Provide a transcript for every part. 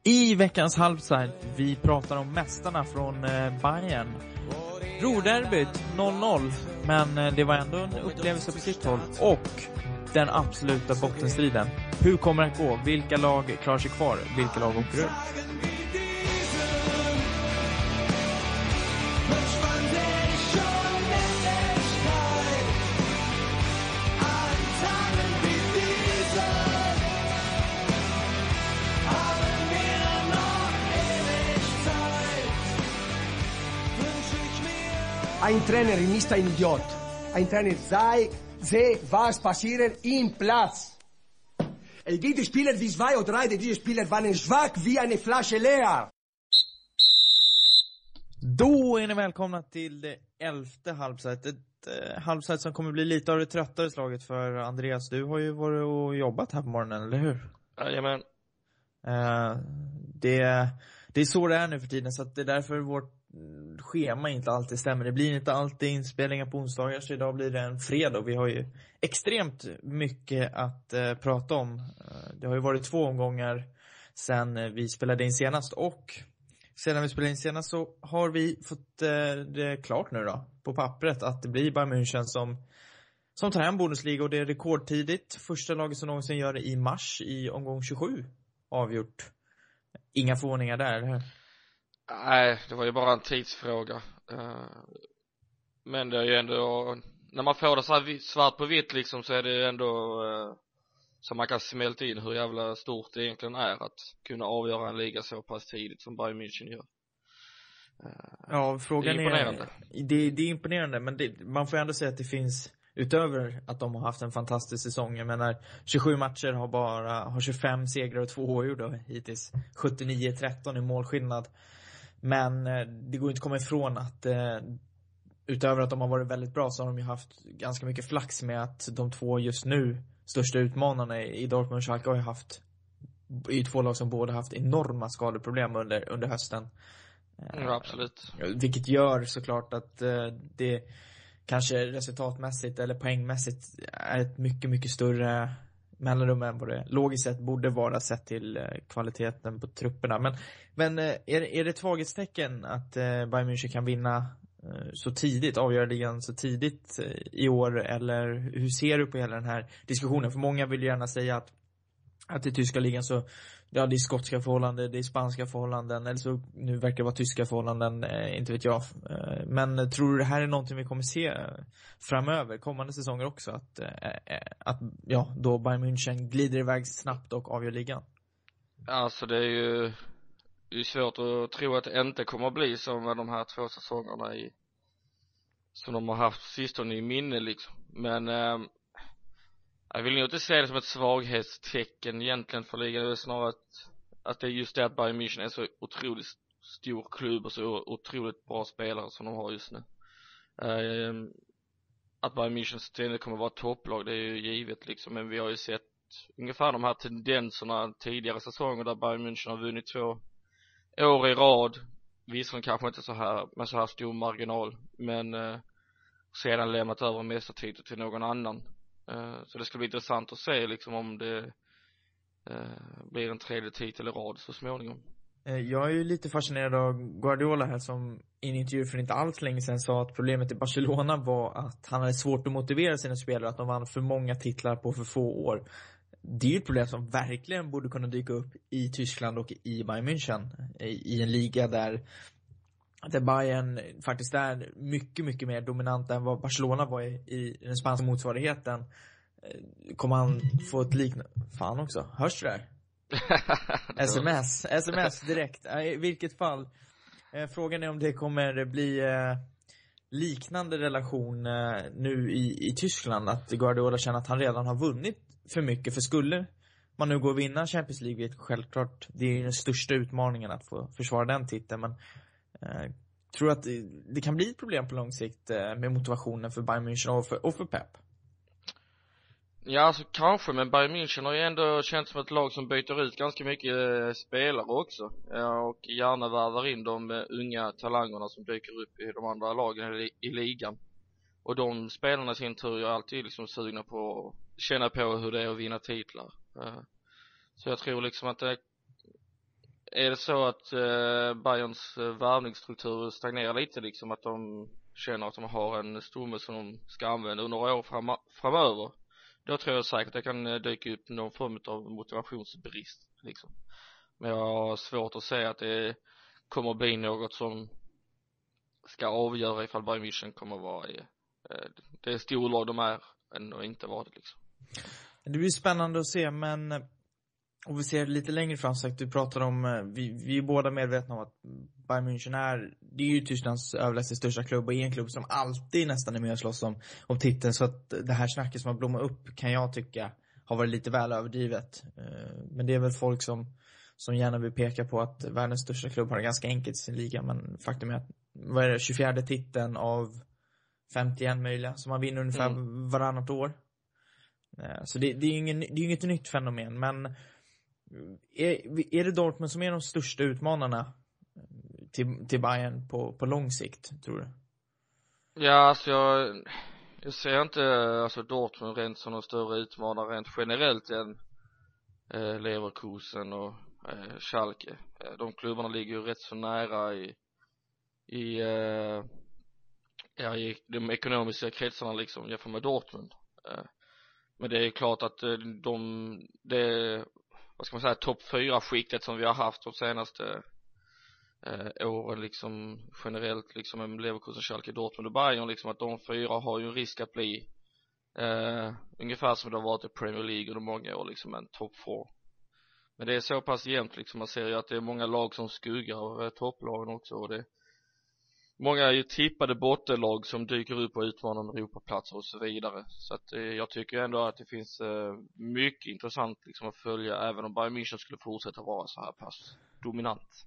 I veckans halvside vi pratar om mästarna från Bayern. Roderbyt 0-0, men det var ändå en upplevelse på sitt håll. Och den absoluta bottenstriden. Hur kommer det att gå? Vilka lag klarar sig kvar? Vilka lag åker ut? Ein Trainer ist nicht ein Idiot. Ein Trainer sehe, was passiert im Platz. Es gibt Spieler wie 2 oder 3, diese Spieler waren schwach wie eine Flasche leer. Då är ni välkomna till det 11:e halvset. Ett halvset som kommer bli lite av det tröttare slaget för Andreas. Du har ju varit och jobbat här på morgonen, eller hur? Jajamän. Det är så det är nu för tiden, så att det är därför vårt schema inte alltid stämmer. Det blir inte alltid inspelningar på onsdagar, så idag blir det en fredag. Vi har ju extremt mycket att prata om. Det har ju varit 2 omgångar sedan vi spelade in senast, och sedan vi spelade in senast så har vi fått det klart nu då på pappret att det blir Bayern München som tar hem Bundesliga, och det är rekordtidigt. Första laget som någonsin gör det i mars i omgång 27 avgjort. Inga förvåningar där, eller hur? Nej, det var ju bara en tidsfråga. Men det är ju ändå, när man får det så här svart på vitt liksom, så är det ju ändå så man kan smälta in hur jävla stort det egentligen är att kunna avgöra en liga så pass tidigt som Bayern München gör. Ja, frågan det är imponerande. Det är imponerande, men man får ändå säga att det finns, utöver att de har haft en fantastisk säsong. Jag menar, 27 matcher har 25 segrar och 2 oavgjorda hittills. 79-13 i målskillnad. Men det går inte att komma ifrån att utöver att de har varit väldigt bra, så har de ju haft ganska mycket flax med att de 2 just nu största utmanarna i Dortmund och Schalke har ju haft, i 2 lag som båda haft enorma skadeproblem under hösten. Ja, absolut. Vilket gör såklart att det kanske resultatmässigt eller poängmässigt är ett mycket, mycket större mellanrum än vad det logiskt sett borde vara, sett till kvaliteten på trupperna. Men är det ett svaghetstecken att Bayern München kan vinna så tidigt, avgöra ligan så tidigt i år, eller hur ser du på hela den här diskussionen? För många vill gärna säga att i tyska ligan så, ja, det är skotska förhållanden, det är spanska förhållanden, eller så nu verkar det vara tyska förhållanden, inte vet jag. Men tror du det här är någonting vi kommer se framöver, kommande säsonger också, att ja, då Bayern München glider iväg snabbt och avgör ligan? Alltså det är ju svårt att tro att det inte kommer att bli som med de här 2 säsongerna som de har haft sistone i minne liksom. Men jag vill nog inte se det som ett svaghetstecken egentligen för ligan. Det är snarare att det är just det att Bayern München är så otroligt stor klubb och så otroligt bra spelare som de har just nu. Att Bayern München ständigt kommer att vara topplag, det är ju givet liksom. Men vi har ju sett ungefär de här tendenserna tidigare säsonger där Bayern München har vunnit 2 år i rad. Visserligen kanske inte så här stor marginal, men sedan lämnat över mästartiteln till någon annan. Så det ska bli intressant att se liksom om det blir en 3:e titel i rad så småningom. Jag är ju lite fascinerad av Guardiola här, som i en intervju för inte alls länge sedan sa att problemet i Barcelona var att han hade svårt att motivera sina spelare, att de vann för många titlar på för få år. Det är ju ett problem som verkligen borde kunna dyka upp i Tyskland och i Bayern München, i en liga där Bayern faktiskt är mycket, mycket mer dominant än vad Barcelona var i den spanska motsvarigheten. Kommer han få ett liknande... Fan också, hörs det där? SMS direkt. I vilket fall, frågan är om det kommer bli liknande relation nu i Tyskland, att Guardiola känner att han redan har vunnit för mycket. För skulle man nu gå och vinna Champions League, självklart, det är den största utmaningen att få försvara den titeln, men tror att det kan bli ett problem på lång sikt med motivationen för Bayern München och för Pep? Ja, alltså kanske, men Bayern München har ju ändå känt som ett lag som byter ut ganska mycket spelare också, och gärna värvar in de unga talangerna som dyker upp i de andra lagen i ligan. Och de spelarna i sin tur är alltid liksom sugna på att känna på hur det är att vinna titlar. Så jag tror liksom att är det så att Bayerns värvningsstruktur stagnerar lite liksom, att de känner att de har en stomme som de ska använda under år framöver, då tror jag säkert att det kan dyka upp någon form av motivationsbrist liksom. Men jag har svårt att säga att det kommer bli något som ska avgöra ifall Bayern München kommer vara i det storlag de är ändå inte varit liksom. Det blir spännande att se, men och vi ser lite längre fram sagt, du pratar om, vi är båda medvetna om att Bayern München det är ju Tysklands överlägset största klubb och en klubb som alltid nästan är med och slåss om titeln, så att det här snacket som har blommat upp kan jag tycka har varit lite väl överdrivet. Men det är väl folk som gärna vill peka på att världens största klubb har det ganska enkelt i sin liga, men faktum är att vad är det, 24:e titeln av 51 möjliga som man vinner ungefär varannat år. Så det är inget nytt fenomen, men är det Dortmund som är de största utmanarna till Bayern på lång sikt, tror du? Ja, alltså jag ser inte Dortmund rent som någon större utmanare rent generellt än Leverkusen och Schalke. De klubbarna ligger ju rätt så nära i de ekonomiska kretsarna liksom, jämfört med Dortmund. Men det är klart att det vad ska man säga, topp 4-skiktet som vi har haft de senaste åren liksom, generellt liksom, med Leverkusen, Schalke, Dortmund och Bayern liksom, att de 4 har ju en risk att bli ungefär som det har varit i Premier League under många år liksom, en topp 4. Men det är så pass jämnt liksom, man ser ju att det är många lag som skuggar och topplagen också, och det många är ju tippade bottenlag som dyker upp och utmanar om Europaplatser och så vidare. Så att jag tycker ändå att det finns mycket intressant liksom att följa, även om Bayern München skulle fortsätta vara så här pass dominant.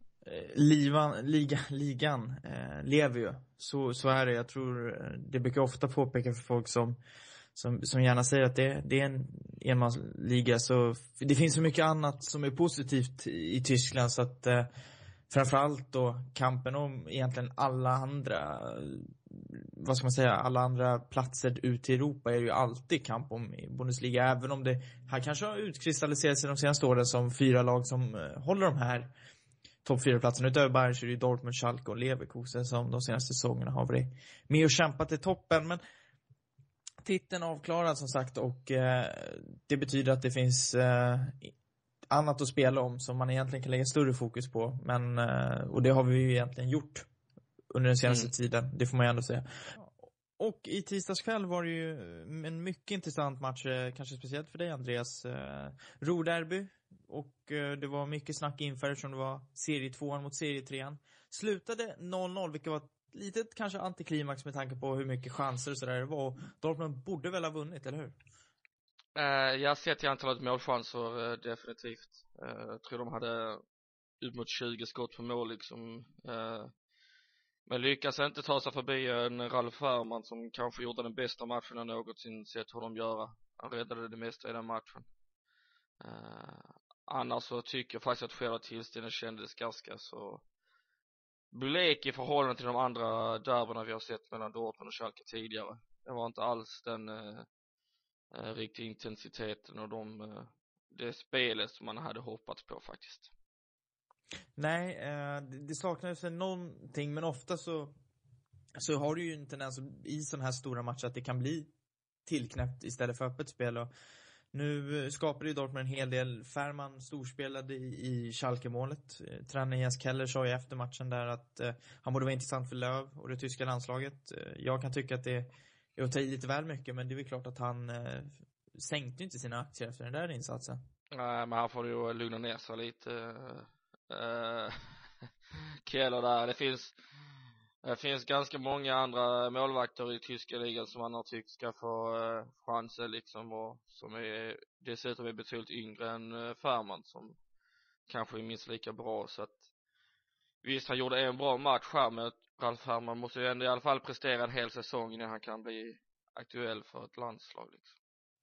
Ligan lever ju. Så är det. Jag tror det brukar ofta påpeka för folk som gärna säger att det är en enmansliga, så det finns så mycket annat som är positivt i Tyskland, så att framförallt då kampen om egentligen alla andra, vad ska man säga, alla andra platser ut i Europa är ju alltid kamp om i Bundesliga, även om det här kanske har utkristalliserat sig de senaste åren som 4 lag som håller de här topp 4-platserna. Utöver Bayern så är det Dortmund, Schalke och Leverkusen som de senaste säsongerna har varit med och kämpat i toppen, men titeln avklarad som sagt, och det betyder att det finns annat att spela om som man egentligen kan lägga större fokus på, men och det har vi ju egentligen gjort under den senaste tiden, det får man ju ändå säga. Och i tisdagskväll var det ju en mycket intressant match, kanske speciellt för dig Andreas, Ruhrderby, och det var mycket snack inför som det var serie 2 mot serie 3. Slutade 0-0, vilket var ett litet kanske antiklimax med tanke på hur mycket chanser och sådär det var, och Dortmund borde väl ha vunnit, eller hur? Jag har sett i antalet målchanser definitivt. Jag tror de hade ut mot 20 skott på mål liksom. Men lyckas inte ta sig förbi en Ralf Fährmann som kanske gjorde den bästa matchen jag någonsin sett honom göra. Han räddade det mesta i den matchen. Annars så tycker jag faktiskt att själva tillställningen kändes ganska så blek i förhållande till de andra derbyna vi har sett mellan Dortmund och Schalke tidigare. Det var inte alls den riktig intensiteten och det spelet som man hade hoppats på faktiskt. Nej, det saknades någonting, men ofta så har du ju en tendens i sådana här stora matcher att det kan bli tillknäppt istället för öppet spel, och nu skapade ju Dortmund en hel del. Fährmann storspelade i Schalke-målet. Tränaren Jens Keller sa ju efter matchen där att han borde vara intressant för Löw och det tyska landslaget. Jag kan tycka att det är att ta i lite väl mycket, men det är väl klart att han sänkte inte sina aktier efter den där insatsen. Nej, men han får ju lugna ner sig lite. Keller där. Det finns ganska många andra målvakter i tyska ligan som man har tyckt ska få chanser liksom, och som dessutom är betydligt yngre än Fährmann som kanske är minst lika bra. Så att visst, han gjorde en bra match här, men Ralf Fährmann måste ju ändå i alla fall prestera en hel säsong innan han kan bli aktuell för ett landslag liksom.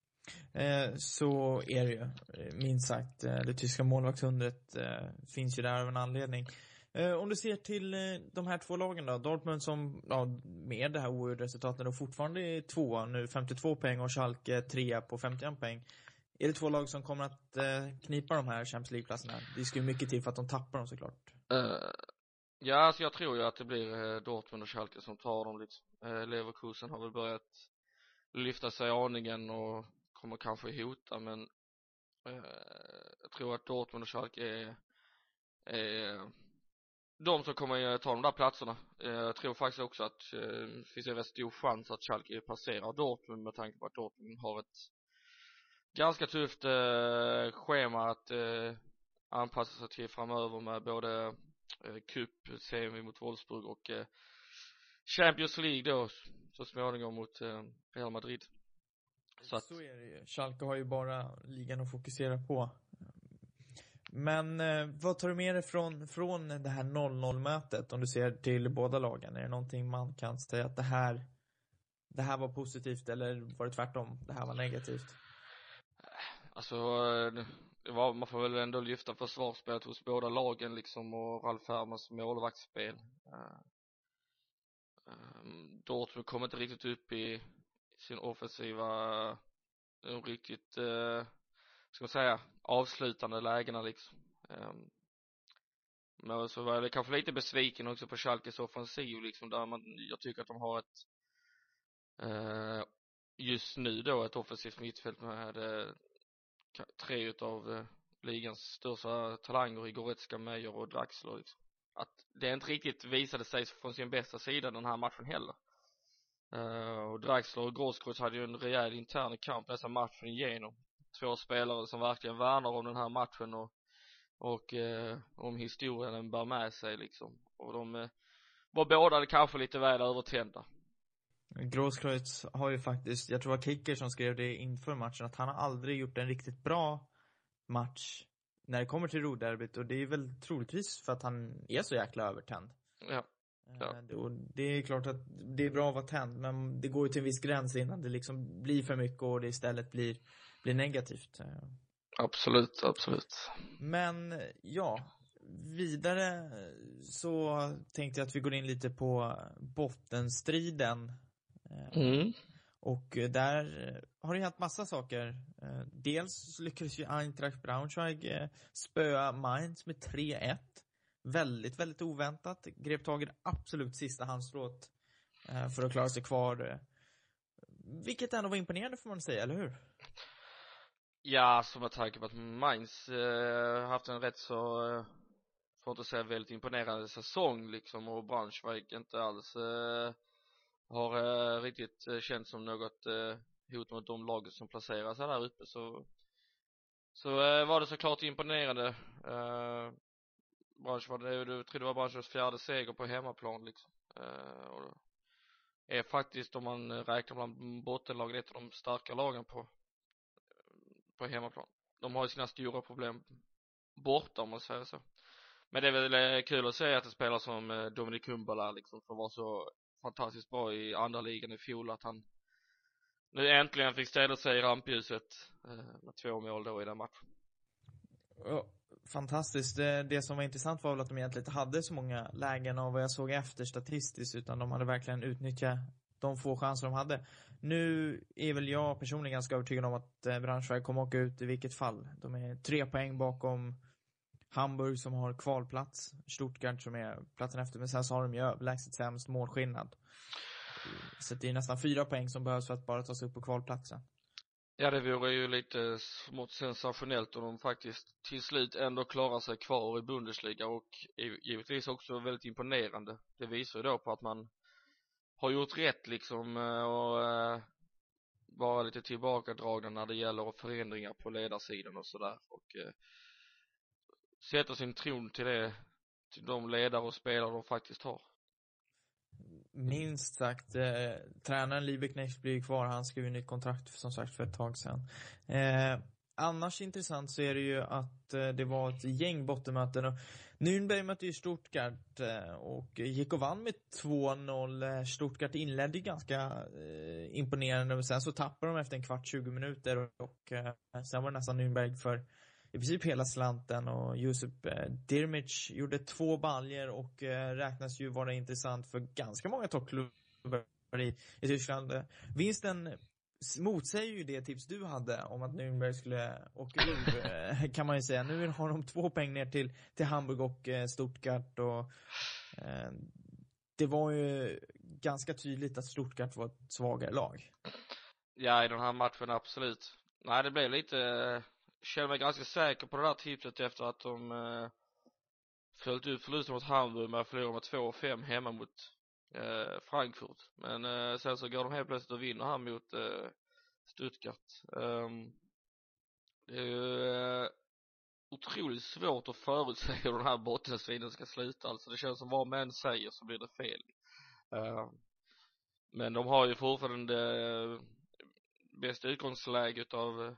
Så är det ju, minst sagt. Det tyska målvaktsundret finns ju där av en anledning. Om du ser till de här 2 lagen då, Dortmund som med det här oerhört resultatet då fortfarande är 2 nu, 52 poäng, och Schalke 3 på 51 poäng. Är det två lag som kommer att knipa de här Champions League-platserna? Det ska ju mycket till för att de tappar dem såklart. Ja, alltså jag tror ju att det blir Dortmund och Schalke som tar dem liksom. Leverkusen har väl börjat lyfta sig aningen och kommer kanske hota, men jag tror att Dortmund och Schalke är de som kommer ta de där platserna. Jag tror faktiskt också att det finns en rätt stor chans att Schalke passerar Dortmund med tanke på att Dortmund har ett ganska tufft schema att anpassa sig till framöver med både cup, semi mot Wolfsburg och Champions League då så småningom mot Real Madrid. Så är det ju. Schalke har ju bara ligan att fokusera på. Men vad tar du med dig från det här 0-0-mötet om du ser till båda lagen? Är det någonting man kan säga att det här var positivt eller var det tvärtom? Det här var negativt? Alltså man får väl ändå lyfta försvarsspelet hos båda lagen liksom, och Ralf Hermans målvaktsspel. Dortmund kom inte riktigt upp i sin offensiva riktigt ska man säga avslutande lägena liksom. Men så var det kanske lite besviken också på Schalkes offensiv liksom, där jag tycker att de har ett just nu då ett offensivt mittfält med 3 utav ligans största talanger i Goretzka, Meyer och Draxler liksom. Att det inte riktigt visade sig från sin bästa sida den här matchen heller. Och Draxler och Grosskreutz hade ju en rejäl intern kamp nästan matchen igenom. 2 spelare som verkligen värnar om den här matchen och om historien den bär med sig liksom. Och de var båda kanske lite väl övertända. Grosskreutz har ju faktiskt, jag tror det var Kicker som skrev det inför matchen, att han har aldrig gjort en riktigt bra match när det kommer till rodderbyt, och det är väl troligtvis för att han är så jäkla övertänd. Ja. Och det är klart att det är bra att vara tänd, men det går ju till en viss gräns innan det liksom blir för mycket och det istället blir negativt. Absolut. Men ja, vidare så tänkte jag att vi går in lite på bottenstriden. Och där har det hänt massa saker. Dels så lyckades ju Eintracht Braunschweig spöa Mainz med 3-1. Väldigt, väldigt oväntat. Grep tag i det absolut sista handslået för att klara sig kvar. Vilket ändå var imponerande får man säga, eller hur? Ja, som med tanke på att Mainz haft en rätt så får inte säga väldigt imponerande säsong liksom, och Braunschweig inte alls har riktigt känt som något hot mot de laget som placerar sig där uppe, så var det såklart imponerande. Braunschweig, jag tror det var Braunschweigs 4:e seger på hemmaplan liksom. Och är faktiskt, om man räknar bland bottenlagen, ett av de starka lagen på hemmaplan. De har ju sina stora problem borta, om man säger så. Men det är väl kul att se att det spelar som Dominic Kumbala liksom, som var så fantastiskt bra i andra ligan i fjol, att han nu äntligen fick ställa sig i rampljuset med 2 mål då i den matchen. Ja, fantastiskt. Det som var intressant var väl att de egentligen inte hade så många lägen av vad jag såg efter statistiskt, utan de hade verkligen utnyttjat de få chanser de hade. Nu är väl jag personligen ganska övertygad om att Braunschweig kommer åka ut i vilket fall. De är 3 poäng bakom Hamburg som har kvalplats, Stuttgart som är platsen efter, men sen så har de ju överlägset sämst målskillnad. Så det är nästan 4 poäng som behövs för att bara ta sig upp på kvalplatsen. Ja, det vore ju lite smått sensationellt om de faktiskt till slut ändå klarar sig kvar i Bundesliga, och givetvis också väldigt imponerande. Det visar ju då på att man har gjort rätt liksom, och vara lite tillbakadragna när det gäller förändringar på ledarsidan och sådär, och sätta sin tron till de ledare och spelare de faktiskt har. Minst sagt, tränaren Liebknecht blir kvar. Han skrev ju nytt kontrakt som sagt för ett tag sedan. Annars intressant så är det ju att det var ett gäng bottenmöten, och Nürnberg mötte ju Stuttgart och gick och vann med 2-0. Stuttgart inledde ganska imponerande, och sen så tappade de efter en kvart, 20 minuter, och sen var det nästan Nürnberg för i princip hela slanten, och Josip Dirmic gjorde 2 baljer och räknas ju vara intressant för ganska många toppklubbar i Tyskland. Vinsten motsäger ju det tips du hade om att Nürnberg skulle åka ur, kan man ju säga. Nu har de 2 poäng ner till Hamburg och Stuttgart, och det var ju ganska tydligt att Stuttgart var ett svagare lag. Ja, i den här matchen absolut. Nej, det blev lite, känner mig ganska säker på det där tipset efter att de följt ut förlusten mot Hamburg med att förlora med 2-5 hemma mot Frankfurt. Men sen så går de helt plötsligt och vinner här mot Stuttgart. Det är ju otroligt svårt att förutsäga hur den här bottenstriden ska sluta. Alltså det känns som vad män säger så blir det fel. Men de har ju fortfarande bästa utgångsläget av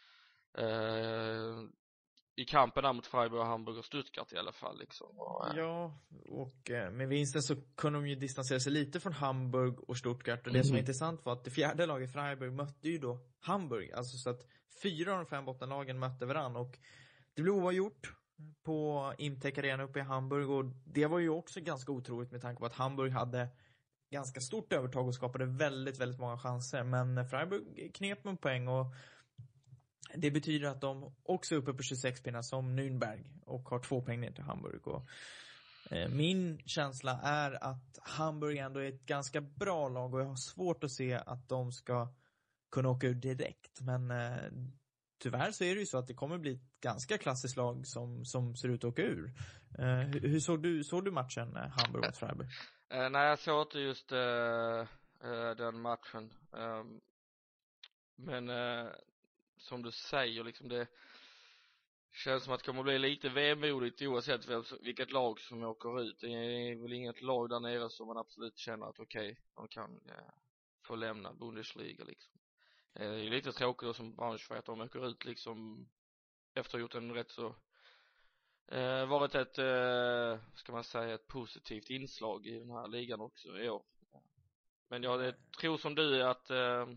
i kampen där mot Freiburg, Hamburg och Stuttgart i alla fall liksom. Ja, och med vinsten så kunde de ju distansera sig lite från Hamburg och Stuttgart, och det som var intressant var att det fjärde laget Freiburg mötte ju då Hamburg, alltså så att 4 av de 5 bottenlagen mötte varann, och det blev oavgjort på Imtech Arena uppe i Hamburg, och det var ju också ganska otroligt med tanke på att Hamburg hade ganska stort övertag och skapade väldigt, väldigt många chanser, men Freiburg knep med poäng, och det betyder att de också är uppe på 26 pinnar som Nürnberg och har 2 poäng ner till Hamburg. Och min känsla är att Hamburg ändå är ett ganska bra lag, och jag har svårt att se att de ska kunna åka ur direkt, men tyvärr så är det ju så att det kommer bli ett ganska klassiskt lag som ser ut att åka ur. Hur såg du matchen Hamburg mot Freiburg? Nej, jag såg inte just den matchen. Men som du säger liksom, det känns som att det kommer bli lite vemodigt oavsett vilket lag som åker ut. Det är väl inget lag där nere som man absolut känner att okej, de kan få lämna Bundesliga liksom. Det är lite tråkigt då som bransch för att de åker ut liksom efter att ha gjort en rätt så varit ett ska man säga ett positivt inslag i den här ligan också i år. Men jag tror som du att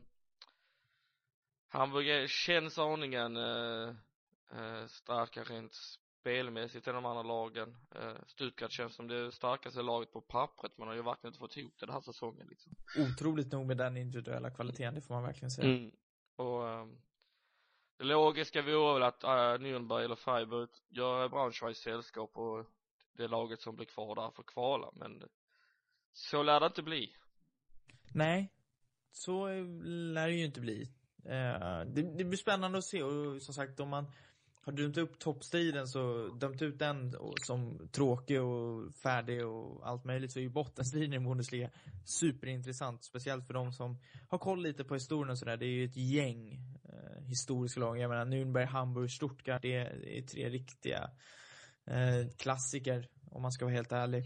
Hamburg känns aningen starkare rent spelmässigt än de andra lagen. Stuttgart känns som det starkaste laget på pappret, men har ju verkligen inte fått ihop det den här säsongen liksom. Otroligt nog med den individuella kvaliteten, det får man verkligen säga. Och det logiska vore väl att Nürnberg eller Freiburg gör Braunschweigs sällskap och det laget som blir kvar där för kvala, men så lär det inte bli. Nej, så lär det ju inte bli. Det blir spännande att se, och som sagt, om man har dömt upp toppstriden så dömt ut den som tråkig och färdig och allt möjligt, så är ju bottenstriden i Bundesliga superintressant, speciellt för de som har koll lite på historien och sådär. Det är ju ett gäng historiska lag. Jag menar Nürnberg, Hamburg, Stuttgart, det är 3 riktiga klassiker om man ska vara helt ärlig.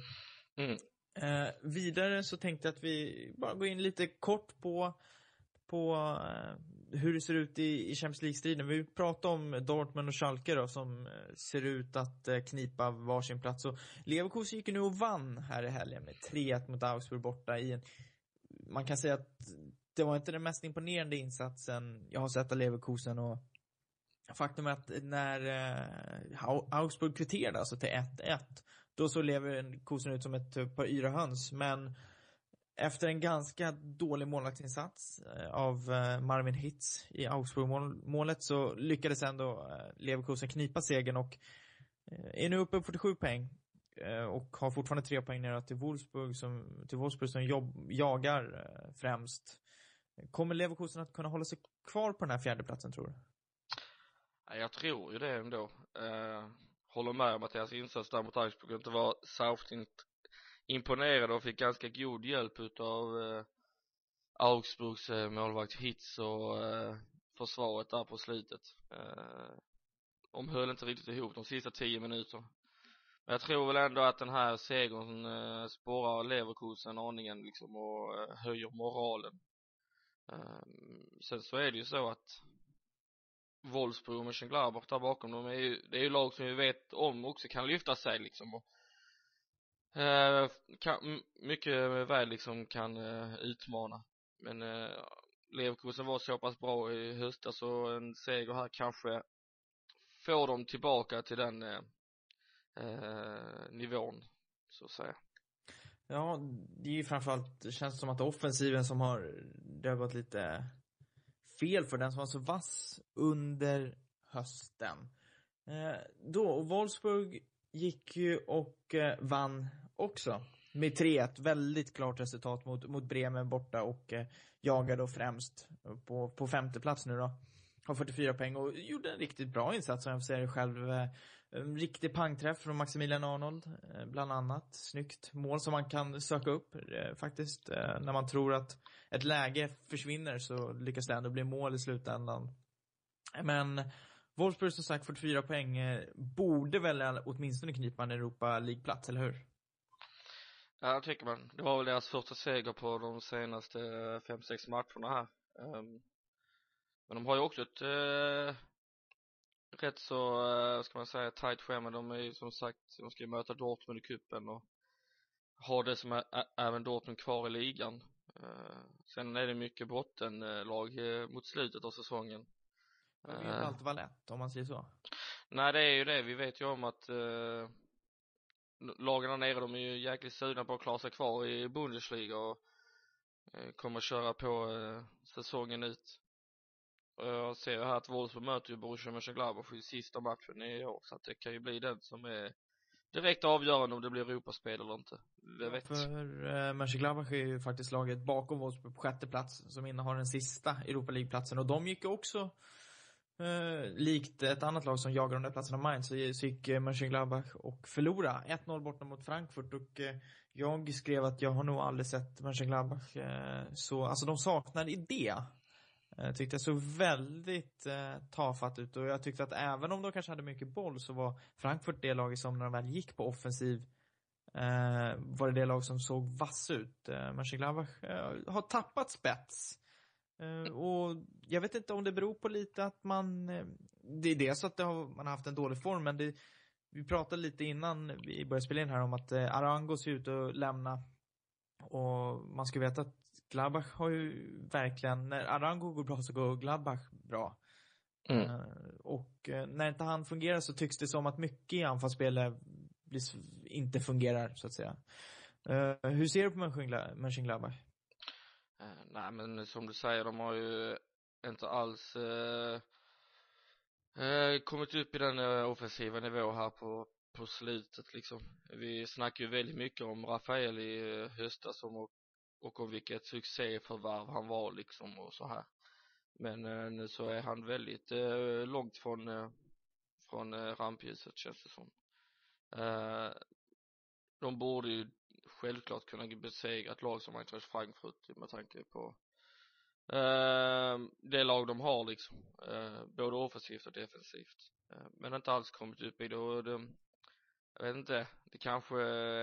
Vidare så tänkte jag att vi bara går in lite kort på hur det ser ut i Champions League-striden. Vi pratar om Dortmund och Schalke då, som ser ut att knipa varsin plats. Och Leverkusen gick nu och vann här i helgen med 3-1 mot Augsburg borta i man kan säga att det var inte den mest imponerande insatsen jag har sett av Leverkusen, och faktum är att när Augsburg kvitterade alltså till 1-1, då så Leverkusen ut som ett par yra höns, men efter en ganska dålig målvaktsinsats av Marvin Hitz i Augsburg-målet så lyckades ändå Leverkusen knipa segern och är nu uppe på 47 poäng och har fortfarande 3 poäng ner till Wolfsburg som jagar främst. Kommer Leverkusen att kunna hålla sig kvar på den här 4:e platsen, tror du? Jag tror ju det ändå. Håller med om att deras insats där mot Augsburg inte var särskilt imponerade och fick ganska god hjälp utav Augsburgs målvakt Hitz och försvaret där på slutet. De höll inte riktigt ihop de sista 10 minuter. Men jag tror väl ändå att den här segern spårar Leverkusen aningen liksom och höjer moralen. Sen så är det ju så att Wolfsburg och Mönchengladbach där bakom, det är ju lag som vi vet om också kan lyfta sig liksom och mycket väl liksom kan utmana. Men Leverkusen var så pass bra i höstas, så en seger här kanske får dem tillbaka till den nivån, så att säga. Ja, det är ju framförallt, det känns som att offensiven som det har gått lite fel för den som var så vass under hösten. Och Wolfsburg gick ju och vann också med 3-1, väldigt klart resultat mot Bremen borta och jagade då främst på femte plats nu då. Har 44 poäng och gjorde en riktigt bra insats som jag säger själv. En riktig pangträff från Maximilian Arnold bland annat. Snyggt mål som man kan söka upp faktiskt. När man tror att ett läge försvinner så lyckas det ändå bli mål i slutändan. Men Wolfsburg som sagt 44 poäng borde väl åtminstone knipa en Europa League-plats, eller hur? Ja, det tycker man. Det var väl deras första seger på de senaste 5-6 matcherna här. Men de har ju också ett rätt så, ska man säga, tight schema. De är ju som sagt, de ska ju möta Dortmund i kuppen och har det som är även Dortmund kvar i ligan. Sen är det mycket bottenlag mot slutet av säsongen. Det är inte alltid vara lätt om man säger så. Nej, det är ju det. Vi vet ju om att lagarna nere, de är ju jäkligt sugna på att klara sig kvar i Bundesliga och kommer att köra på säsongen ut. Och jag ser här att Wolfsburg möter ju Borussia Mönchengladbach i sista matchen i år, så att det kan ju bli den som är direkt avgörande om det blir Europaspel eller inte. För Mönchengladbach är ju faktiskt laget bakom Wolfsburg på sjätte plats som innehar den sista Europa League-platsen, och de gick också likt ett annat lag som jagar de där platserna Mainz, så gick Mönchengladbach och förlora 1-0 borta mot Frankfurt, och jag skrev att jag har nog aldrig sett Mönchengladbach så, alltså de saknar idé. Tyckte jag så väldigt tafatt ut, och jag tyckte att även om de kanske hade mycket boll så var Frankfurt det laget som när de väl gick på offensiv var det lag som såg vass ut. Mönchengladbach har tappat spets. Och jag vet inte om det beror på lite att man det är det så att man har haft en dålig form, men vi pratade lite innan vi började spela in här om att Arango ser ut att lämna, och man ska veta att Gladbach har ju verkligen, när Arango går bra så går Gladbach bra. Och när inte han fungerar så tycks det som att mycket i anfallsspelet inte fungerar så att säga. Hur ser du på Mönchengladbach? Nej, men som du säger, de har ju inte alls kommit upp i den offensiva nivå här på slutet liksom. Vi snackar ju väldigt mycket om Rafael i höstas och om vilket succéförvärv han var liksom och så här. Men nu så är han väldigt långt från rampljuset, känns det som. De borde ju självklart kunna besegra ett lag som Eintracht Frankfurt med tanke på det lag de har liksom, både offensivt och defensivt, men inte alls kommit upp i det, och jag vet inte, det kanske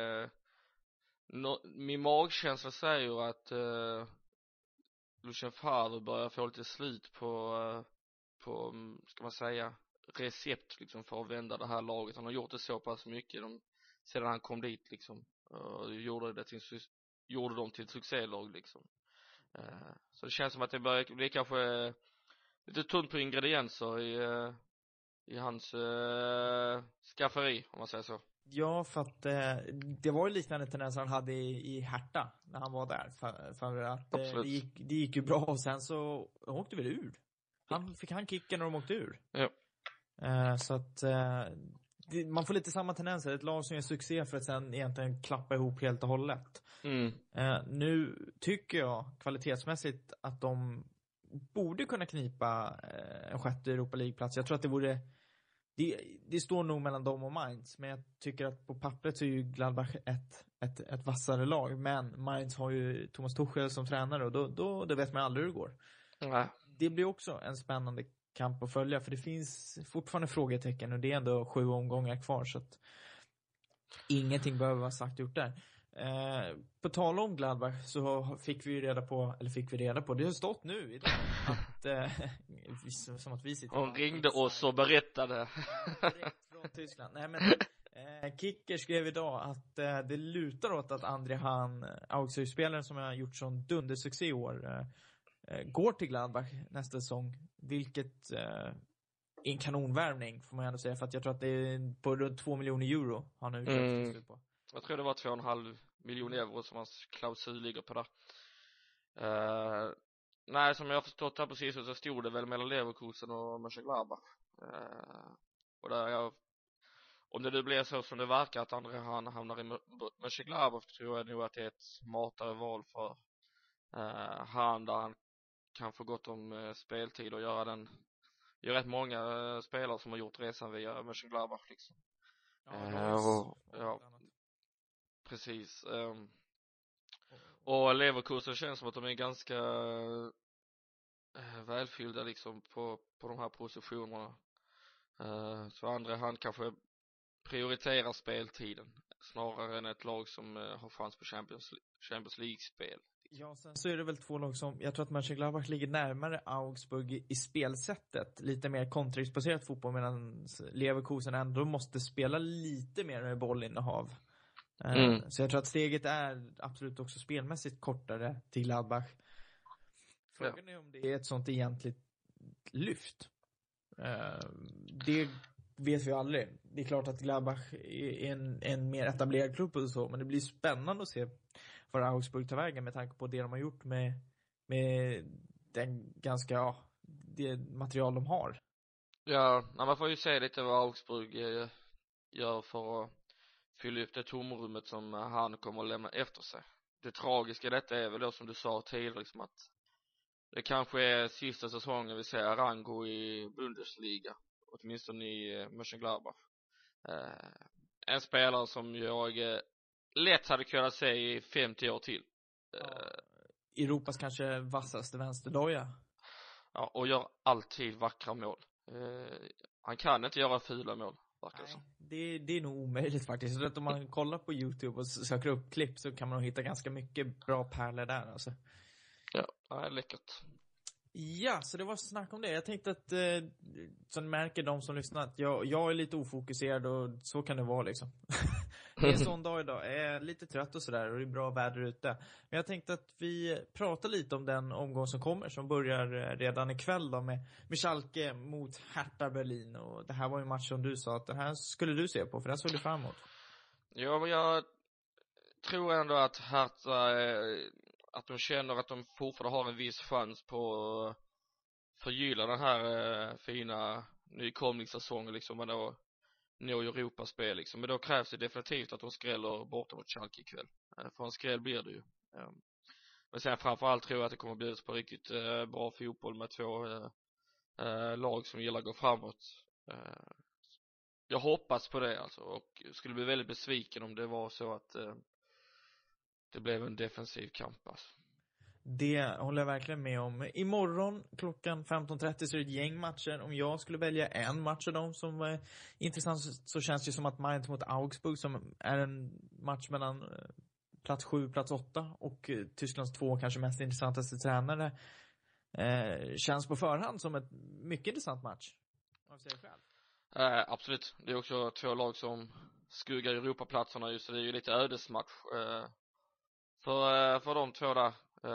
min magkänsla säger att Lucien Favre börjar få lite slut på ska man säga recept liksom för att vända det här laget. Han har gjort det så pass mycket sedan han kom dit liksom, och gjorde dem till ett succélag liksom. Så det känns som att det börjar bli kanske lite tunt på ingredienser i hans skafferi, om man säger så. Ja, för att det var ju liknande tendens han hade i Hertha när han var där, för att det gick ju bra, och sen så åkte väl ur. Fick han kicken när de åkte ur. Ja. Så att man får lite samma tendenser. Ett lag som gör succé för att sen egentligen klappa ihop helt och hållet. Nu tycker jag kvalitetsmässigt att de borde kunna knipa en sjätte Europa League-plats. Jag tror att det vore det står nog mellan dem och Mainz, men jag tycker att på pappret så är ju Gladbach ett vassare lag, men Mainz har ju Thomas Tuchel som tränare, och då vet man aldrig hur det går. Det blir också en spännande kamp att följa, för det finns fortfarande frågetecken, och det är ändå 7 omgångar kvar, så att ingenting behöver vara sagt gjort där. På tal om Gladbach så fick vi reda på, det har stått nu idag att som att vi sitter. Hon ringde oss och berättade direkt från Tyskland. Nej, men Kicker skrev idag att det lutar åt att André Hahn, Augsburg-spelaren som har gjort sån dundersuccé i år, går till Gladbach nästa säsong, vilket är en kanonvärvning får man ändå säga, för att jag tror att det är på runt 2 miljoner euro han har utköpt på. Jag tror det var 2,5 miljoner euro som hans klausul ligger på där. nej, som jag har förstått här precis så stod det väl mellan Leverkusen och Mönchengladbach. Och där om det nu blir så som det verkar att André Han hamnar i Mönchengladbach, tror jag nog att det är ett smartare val för Han, där han kan få gott om speltid och göra rätt många spelare som har gjort resan via Mönchengladbach liksom. Ja, precis. Och Leverkusen känns som att de är ganska välfyllda liksom på de här positionerna. Så André Han kanske prioriterar speltiden snarare än ett lag som har chans på Champions League-spel. Ja, sen så är det väl två lag som, jag tror att Mönchengladbach ligger närmare Augsburg i spelsättet. Lite mer kontringsbaserat fotboll, medan Leverkusen ändå måste spela lite mer med bollinnehav. Så jag tror att steget är absolut också spelmässigt kortare till Gladbach. Frågan är om det är ett sånt egentligt lyft. Det vet vi aldrig. Det är klart att Gladbach är en mer etablerad klubb och så, men det blir spännande att se var Augsburg tar vägen med tanke på det de har gjort med den ganska, det material de har. Ja, man får ju se lite vad Augsburg gör för att fylla upp det tomrummet som Han kommer att lämna efter sig. Det tragiska i detta är väl då, som du sa tidigare, liksom att det kanske är sista säsongen vi ser Arango i Bundesliga, åtminstone i Mönchengladbach. En spelare som jag lätt hade kunnat se i 50 år till. Europas kanske vassaste vänsterdoja. Ja, och gör alltid vackra mål. Han kan inte göra fula mål. Nej, det är nog omöjligt faktiskt. Så att om man kollar på YouTube och söker upp klipp så kan man nog hitta ganska mycket bra pärlor där alltså. Ja, det är läckert. Ja, så det var snack om det. Jag tänkte att så ni märker, de som lyssnar, att jag är lite ofokuserad och så kan det vara liksom. Det är en sån dag idag. Jag är lite trött och sådär och det är bra väder ute. Men jag tänkte att vi pratar lite om den omgång som kommer, som börjar redan ikväll då med Schalke mot Hertha Berlin. Och det här var ju en match som du sa att det här skulle du se på, för den såg du fram emot. Ja, men jag tror ändå att Hertha, att de känner att de fortfarande har en viss chans på att förgylla den här fina nykomlingssäsongen liksom, men då nå Europaspel liksom. Men då krävs det definitivt att de skräller borta mot Schalke ikväll. För en skräll blir det ju. Men sen framförallt tror jag att det kommer bjudas på riktigt bra fotboll med två lag som gillar att gå framåt. Jag hoppas på det alltså, och skulle bli väldigt besviken om det var så att det blev en defensiv kamp alltså. Det håller jag verkligen med om. Imorgon klockan 15:30 så är det ett gäng matcher. Om jag skulle välja en match av dem som var intressant, så känns det som att Mainz mot Augsburg, som är en match mellan plats 7, plats 8 och Tysklands 2 kanske mest intressantaste tränare, känns på förhand som ett mycket intressant match. Vad säger du själv? Absolut. Det är också två lag som skuggar Europaplatserna just, så det är ju lite ödesmatch för de två där.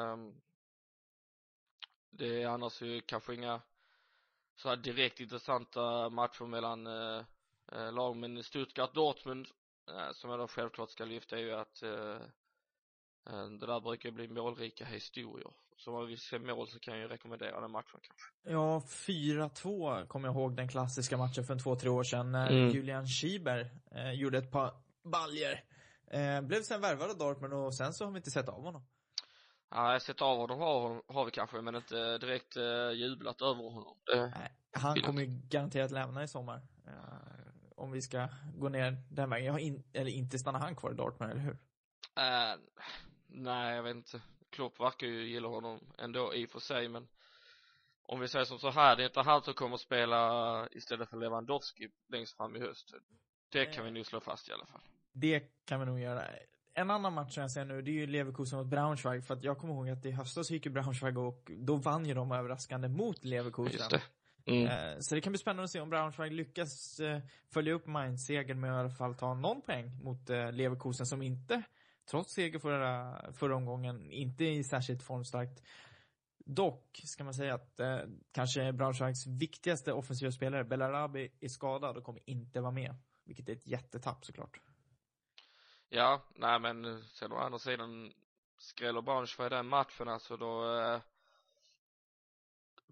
Det är annars ju kanske inga så här direkt intressanta matcher mellan lag, men Stuttgart-Dortmund som jag då självklart ska lyfta är ju att det där brukar bli målrika historier. Så om man vill se mål så kan jag ju rekommendera den matchen kanske. Ja, 4-2 kommer jag ihåg den klassiska matchen för 2-3 år sedan när Julian Schieber gjorde ett par baljer. Blev sen värvad av Dortmund och sen så har vi inte sett av honom. Ja, jag sett av honom har vi kanske, men inte direkt jublat över honom. Nej, han kommer ju garanterat lämna i sommar. Om vi ska gå ner den vägen. Eller inte stanna han kvar i Dortmund, eller hur? Nej, jag vet inte. Klopp verkar ju gilla honom ändå i och för sig, men om vi säger som så här, det är inte han som kommer att spela istället för Lewandowski längst fram i höst. Det kan vi nu slå fast i alla fall. Det kan vi nog göra. En annan match som jag ser nu, det är ju Leverkusen mot Braunschweig. För att jag kommer ihåg att i höstas gick ju Braunschweig och då vann ju de överraskande mot Leverkusen. Just det. Så det kan bli spännande att se om Braunschweig lyckas följa upp Mainz-segern med att i alla fall ta någon poäng mot Leverkusen, som inte, trots seger förra omgången, inte är särskilt formstarkt. Dock ska man säga att kanske Braunschweigs viktigaste offensiva spelare, Bellarabi, är skadad och kommer inte vara med. Vilket är ett jättetapp såklart. Ja, nej men sen å andra sidan skräller Braunschweig den matchen alltså, då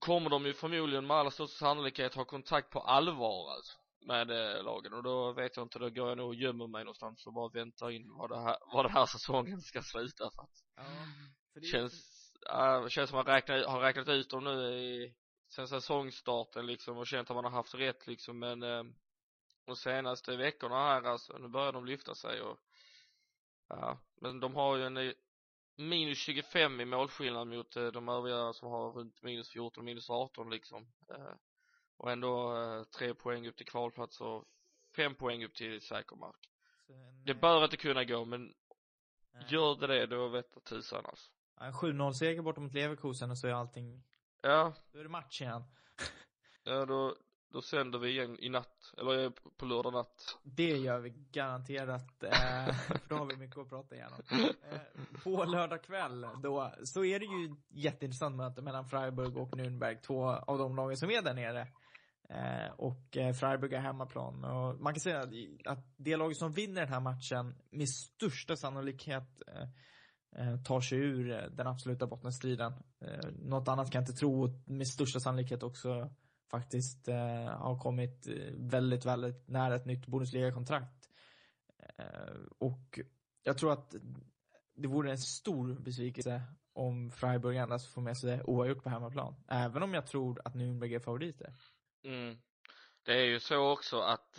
kommer de ju förmodligen med alla största sannolikhet ha kontakt på allvar alltså, med lagen. Och då vet jag inte, då går jag nog och gömmer mig någonstans och bara väntar in vad den här säsongen ska sluta för att. Ja, för det känns som att man har räknat ut dem nu sen säsongstarten liksom, och känt att man har haft rätt liksom, men de senaste veckorna här alltså, nu börjar de lyfta sig och ja, men de har ju en minus 25 i målskillnad mot de övriga som har runt minus 14, minus 18 liksom, och ändå 3 poäng upp till kvalplats och 5 poäng upp till säker mark. Det bör inte kunna gå, men gör det då vet jag tusan alltså. En 7-0-seger bortom mot Leverkusen och så är allting. Ja. Då är det match igen. Ja, då sänder vi igen i natt, eller på lördag natt. Det gör vi garanterat, för då har vi mycket att prata igenom. På lördag kväll då, så är det ju jätteintressant möte mellan Freiburg och Nürnberg, 2 av de lagen som är där nere. Och Freiburg är hemmaplan, och man kan säga att det laget som vinner den här matchen med största sannolikhet tar sig ur den absoluta bottenstriden. Något annat kan jag inte tro, och med största sannolikhet också faktiskt har kommit väldigt, väldigt nära ett nytt Bundesliga-kontrakt. Och jag tror att det vore en stor besvikelse om Freiburg endast får med sig det oavgjort på hemmaplan. Även om jag tror att Nürnberg är favoriter. Det är ju så också att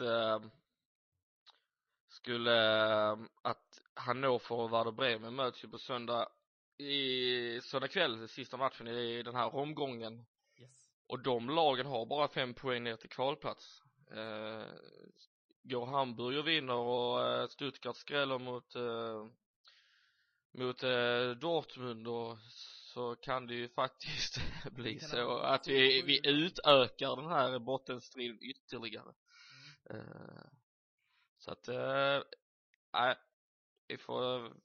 att Hannover och Werder Bremen möts ju på söndag kväll, sista matchen i den här omgången. Yes. Och de lagen har bara 5 poäng ner till kvalplats. Går Hamburg och vinner och Stuttgart skräller mot Dortmund, och så kan det ju faktiskt bli så att vi utökar den här bottenstriden ytterligare. Så att vi får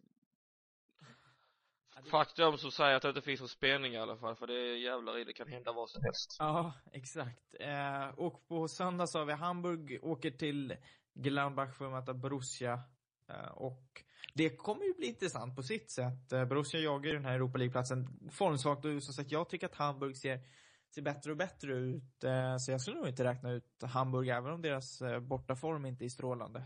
faktum som säger att det inte finns någon spänning i alla fall, för det är jävlar i, det kan hända vad som helst. Ja, exakt. Och på söndag så har vi Hamburg åker till Gladbach för att möta Borussia. Och det kommer ju bli intressant på sitt sätt. Borussia jagar den här Europa League-platsen formsvagt, och som sagt, jag tycker att Hamburg ser bättre och bättre ut. Så jag skulle nog inte räkna ut Hamburg, även om deras bortaform inte är strålande.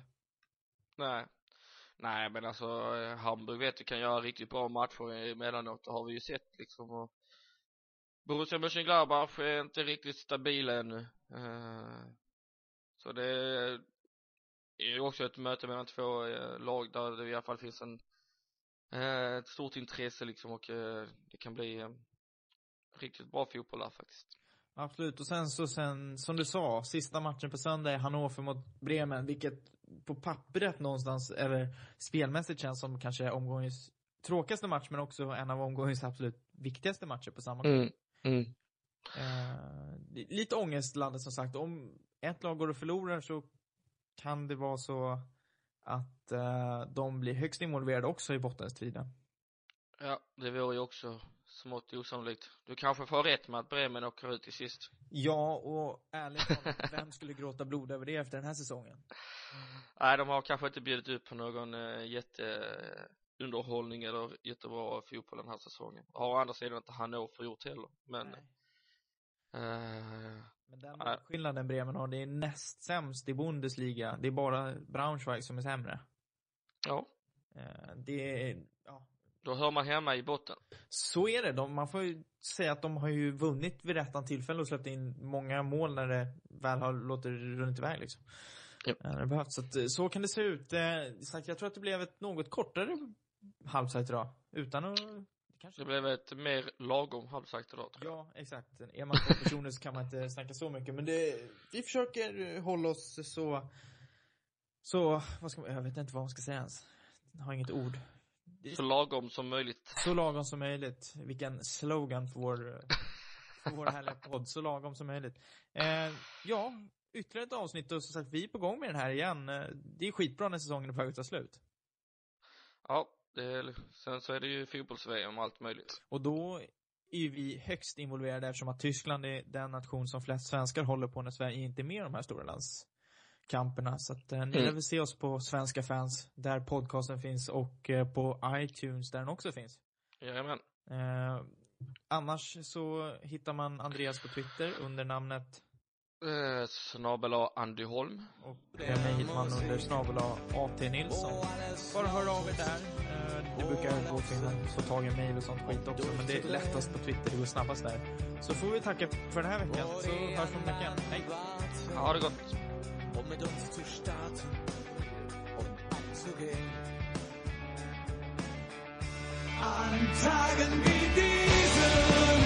Nej, men alltså Hamburg vet du kan göra riktigt bra matcher emellanåt, det har vi ju sett liksom. Och Borussia Mönchengladbach är inte riktigt stabila ännu. Så det är också ett möte mellan 2 lag där det i alla fall finns ett stort intresse liksom, och det kan bli riktigt bra fotboll där faktiskt. Absolut, och sen som du sa, sista matchen på söndag är Hannover mot Bremen, vilket på pappret någonstans eller spelmässigt känns som kanske omgångens tråkigaste match, men också en av omgångens absolut viktigaste matcher på samma gång. Lite ångestlandet som sagt. Om ett lag går och förlorar så kan det vara så att de blir högst involverade också i bottenstriden. Ja, det vore ju också smått osannolikt. Du kanske får rätt med att Bremen åker ut till sist. Ja, och ärligt talat, vem skulle gråta blod över det efter den här säsongen? Nej, de har kanske inte bjudit upp på någon jätteunderhållning eller jättebra fotboll den här säsongen. Har å andra sidan inte Hannover gjort heller. Men den skillnaden Bremen har, det är näst sämst i Bundesliga. Det är bara Braunschweig som är sämre. Ja. Ja. Då hör man hemma i botten. Så är det. Man får ju säga att de har ju vunnit vid rättan tillfälle och släppt in många mål när det väl har låtit runt iväg liksom. Ja. Det behövs. Så kan det se ut. Jag tror att det blev ett något kortare halvsajt idag. Utan att... Det blev ett mer lagom halvsajt idag. Ja, exakt. Är man 2 personer så kan man inte snacka så mycket. Men vi försöker hålla oss så vad ska man, jag vet inte vad man ska säga ens. Jag har inget ord. Så lagom som möjligt. Så lagom som möjligt. Vilken slogan för vår härliga podd. Så lagom som möjligt. Ja, ytterligare ett avsnitt, och så sagt vi är på gång med den här igen. Det är skitbra när säsongen är på väg att ta slut. Ja, sen så är det ju fotbolls-VM och allt möjligt. Och då är vi högst involverade, eftersom att Tyskland är den nation som flest svenskar håller på när Sverige inte är med i de här stora landskamperna. Så att ni vill se oss på Svenska Fans, där podcasten finns, och på iTunes där den också finns. Jajamän. Annars så hittar man Andreas på Twitter under namnet @Andy Holm. och mig hittar man under @AT Nilsson. Bara hör av er där. Det brukar gå till att få tag i mejl och sånt skit också, men det är lättast på Twitter, det går snabbast där. Så får vi tacka för den här veckan, så hörs vi om veckan. Hej! Ha det gott! Um mit uns zu starten und abzugehen. An Tagen wie diesen